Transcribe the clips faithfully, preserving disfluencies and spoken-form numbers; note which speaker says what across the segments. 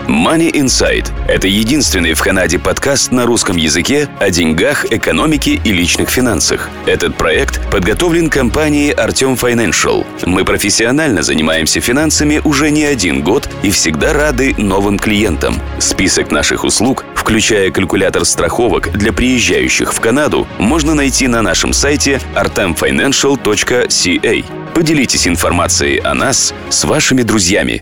Speaker 1: Money Insight – это единственный в Канаде подкаст на русском языке о деньгах, экономике и личных финансах. Этот проект подготовлен компанией Артем Financial. Мы профессионально занимаемся финансами уже не один год и всегда рады новым клиентам. Список наших услуг, включая калькулятор страховок для приезжающих в Канаду, можно найти на нашем сайте artem financial точка си эй. Поделитесь информацией о нас с вашими друзьями.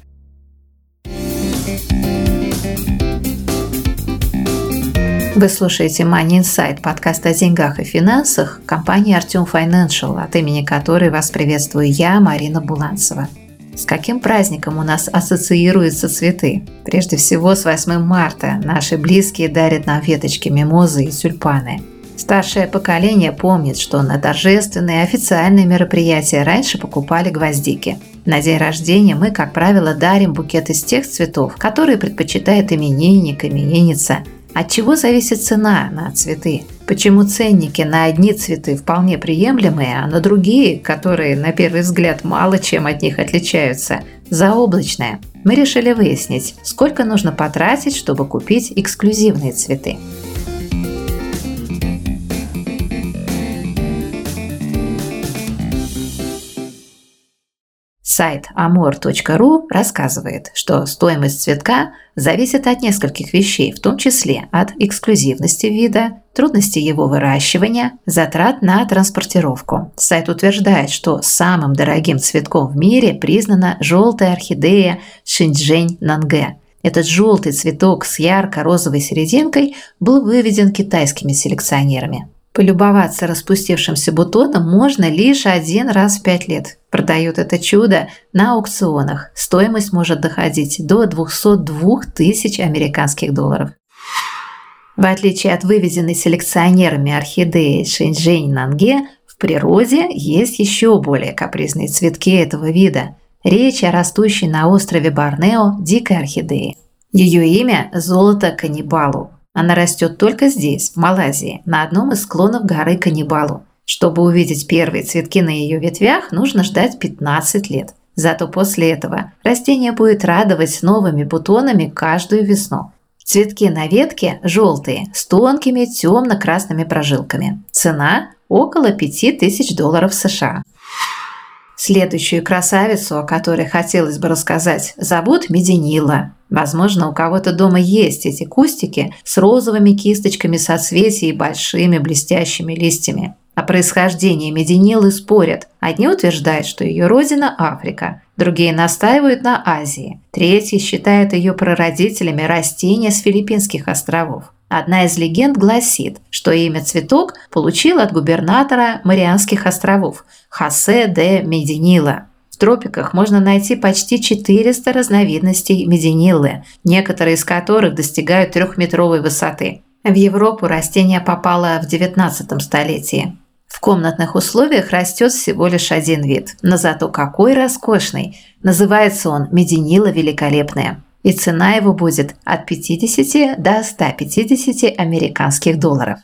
Speaker 2: Вы слушаете Money Insight, подкаст о деньгах и финансах компании Артем Financial, от имени которой вас приветствую я, Марина Буланцева. С каким праздником у нас ассоциируются цветы? Прежде всего, с восьмым марта наши близкие дарят нам веточки мимозы и тюльпаны. Старшее поколение помнит, что на торжественные официальные мероприятия раньше покупали гвоздики. На день рождения мы, как правило, дарим букет из тех цветов, которые предпочитает именинник, именинница. От чего зависит цена на цветы? Почему ценники на одни цветы вполне приемлемые, а на другие, которые на первый взгляд мало чем от них отличаются, заоблачные? Мы решили выяснить, сколько нужно потратить, чтобы купить эксклюзивные цветы. Сайт амор точка ру рассказывает, что стоимость цветка зависит от нескольких вещей, в том числе от эксклюзивности вида, трудности его выращивания, затрат на транспортировку. Сайт утверждает, что самым дорогим цветком в мире признана желтая орхидея Шинчжэнь Нангэ. Этот желтый цветок с ярко-розовой серединкой был выведен китайскими селекционерами. Полюбоваться распустившимся бутоном можно лишь один раз в пять лет. Продают это чудо на аукционах. Стоимость может доходить до двухсот двух тысяч американских долларов. В отличие от выведенной селекционерами орхидеи Шинчжэнь Нангэ, в природе есть еще более капризные цветки этого вида. Речь о растущей на острове Борнео дикой орхидее. Ее имя – золото каннибалу. Она растет только здесь, в Малайзии, на одном из склонов горы Каннибалу. Чтобы увидеть первые цветки на ее ветвях, нужно ждать пятнадцать лет. Зато после этого растение будет радовать новыми бутонами каждую весну. Цветки на ветке желтые, с тонкими темно-красными прожилками. Цена – около пяти тысяч долларов США. Следующую красавицу, о которой хотелось бы рассказать, зовут Мединилла. Возможно, у кого-то дома есть эти кустики с розовыми кисточками соцветий и большими блестящими листьями. О происхождении Мединиллы спорят. Одни утверждают, что ее родина – Африка, другие настаивают на Азии, третьи считают ее прародителями растения с Филиппинских островов. Одна из легенд гласит, что имя цветок получил от губернатора Марианских островов Хосе де Мединилла. В тропиках можно найти почти четыреста разновидностей мединиллы, некоторые из которых достигают трехметровой высоты. В Европу растение попало в девятнадцатом столетии. В комнатных условиях растет всего лишь один вид, но зато какой роскошный! Называется он мединилла великолепная. И цена его будет от пятидесяти до ста пятидесяти американских долларов.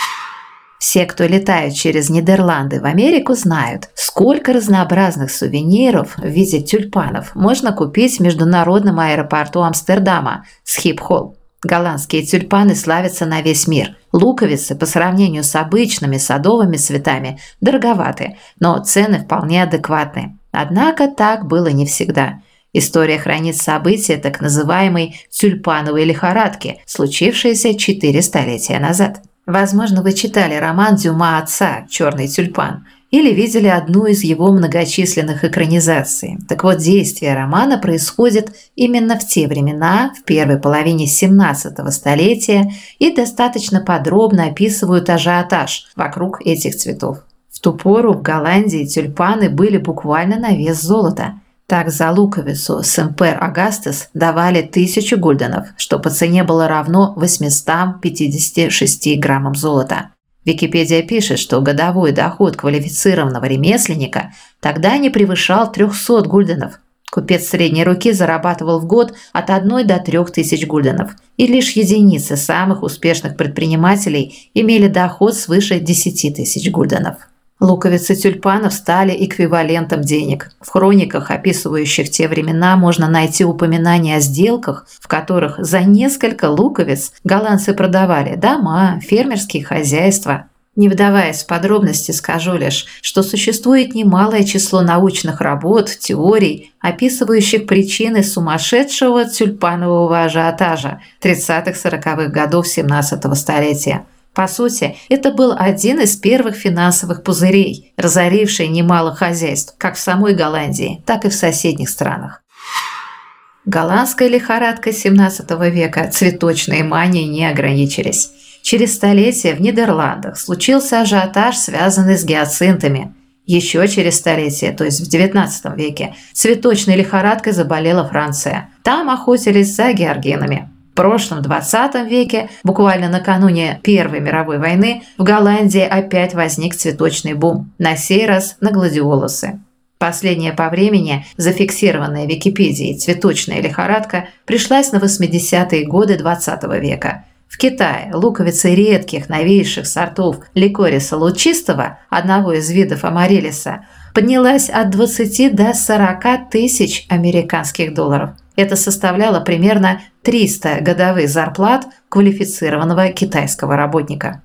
Speaker 2: Все, кто летают через Нидерланды в Америку, знают, сколько разнообразных сувениров в виде тюльпанов можно купить в международном аэропорту Амстердама Схипхол. Голландские тюльпаны славятся на весь мир. Луковицы по сравнению с обычными садовыми цветами дороговаты, но цены вполне адекватны. Однако так было не всегда. История хранит события так называемой тюльпановой лихорадки, случившейся четыре столетия назад. Возможно, вы читали роман Дюма отца «Черный тюльпан» или видели одну из его многочисленных экранизаций. Так вот, действие романа происходит именно в те времена, в первой половине семнадцатого столетия, и достаточно подробно описывают ажиотаж вокруг этих цветов. В ту пору в Голландии тюльпаны были буквально на вес золота. Так за луковицу Семпер Агастес давали тысячу гульденов, что по цене было равно восьмистам пятидесяти шести граммам золота. Википедия пишет, что годовой доход квалифицированного ремесленника тогда не превышал трехсот гульденов. Купец средней руки зарабатывал в год от одной до трех тысяч гульденов, и лишь единицы самых успешных предпринимателей имели доход свыше десяти тысяч гульденов. Луковицы тюльпанов стали эквивалентом денег. В хрониках, описывающих те времена, можно найти упоминания о сделках, в которых за несколько луковиц голландцы продавали дома, фермерские хозяйства. Не вдаваясь в подробности, скажу лишь, что существует немалое число научных работ, теорий, описывающих причины сумасшедшего тюльпанового ажиотажа тридцатых-сороковых годов семнадцатого столетия. По сути, это был один из первых финансовых пузырей, разоривший немало хозяйств, как в самой Голландии, так и в соседних странах. Голландская лихорадка семнадцатого века цветочные мании не ограничились. Через столетие в Нидерландах случился ажиотаж, связанный с гиацинтами. Еще через столетие, то есть в девятнадцатом веке, цветочной лихорадкой заболела Франция. Там охотились за георгинами. В прошлом двадцатом веке, буквально накануне Первой мировой войны, в Голландии опять возник цветочный бум, на сей раз на гладиолусы. Последняя по времени, зафиксированная Википедией цветочная лихорадка, пришлась на восьмидесятые годы двадцатого века. В Китае луковицы редких новейших сортов ликориса лучистого, одного из видов амарилиса, поднялась от двадцати до сорока тысяч американских долларов. Это составляло примерно триста годовых зарплат квалифицированного китайского работника.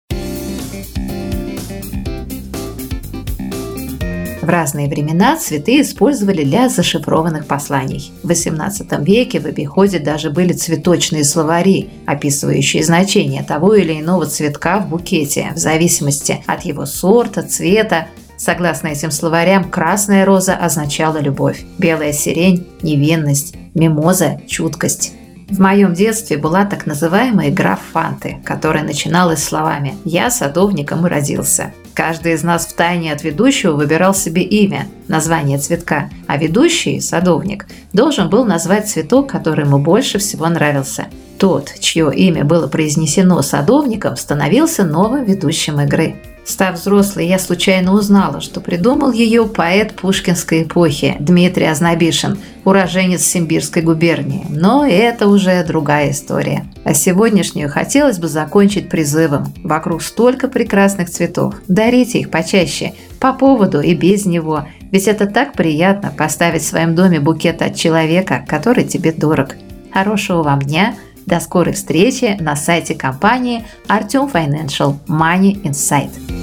Speaker 2: В разные времена цветы использовали для зашифрованных посланий. В восемнадцатом веке в обиходе даже были цветочные словари, описывающие значение того или иного цветка в букете, в зависимости от его сорта, цвета. Согласно этим словарям, красная роза означала любовь, белая сирень – невинность, мимоза – чуткость. В моем детстве была так называемая игра в фанты, которая начиналась словами «Я садовником и родился». Каждый из нас втайне от ведущего выбирал себе имя, название цветка, а ведущий, садовник, должен был назвать цветок, который ему больше всего нравился. Тот, чье имя было произнесено садовником, становился новым ведущим игры. Став взрослой, я случайно узнала, что придумал ее поэт пушкинской эпохи Дмитрий Ознобишин, уроженец Симбирской губернии. Но это уже другая история. А сегодняшнюю хотелось бы закончить призывом. Вокруг столько прекрасных цветов. Дарите их почаще, по поводу и без него. Ведь это так приятно поставить в своем доме букет от человека, который тебе дорог. Хорошего вам дня! До скорой встречи на сайте компании Artium Financial Money Insight.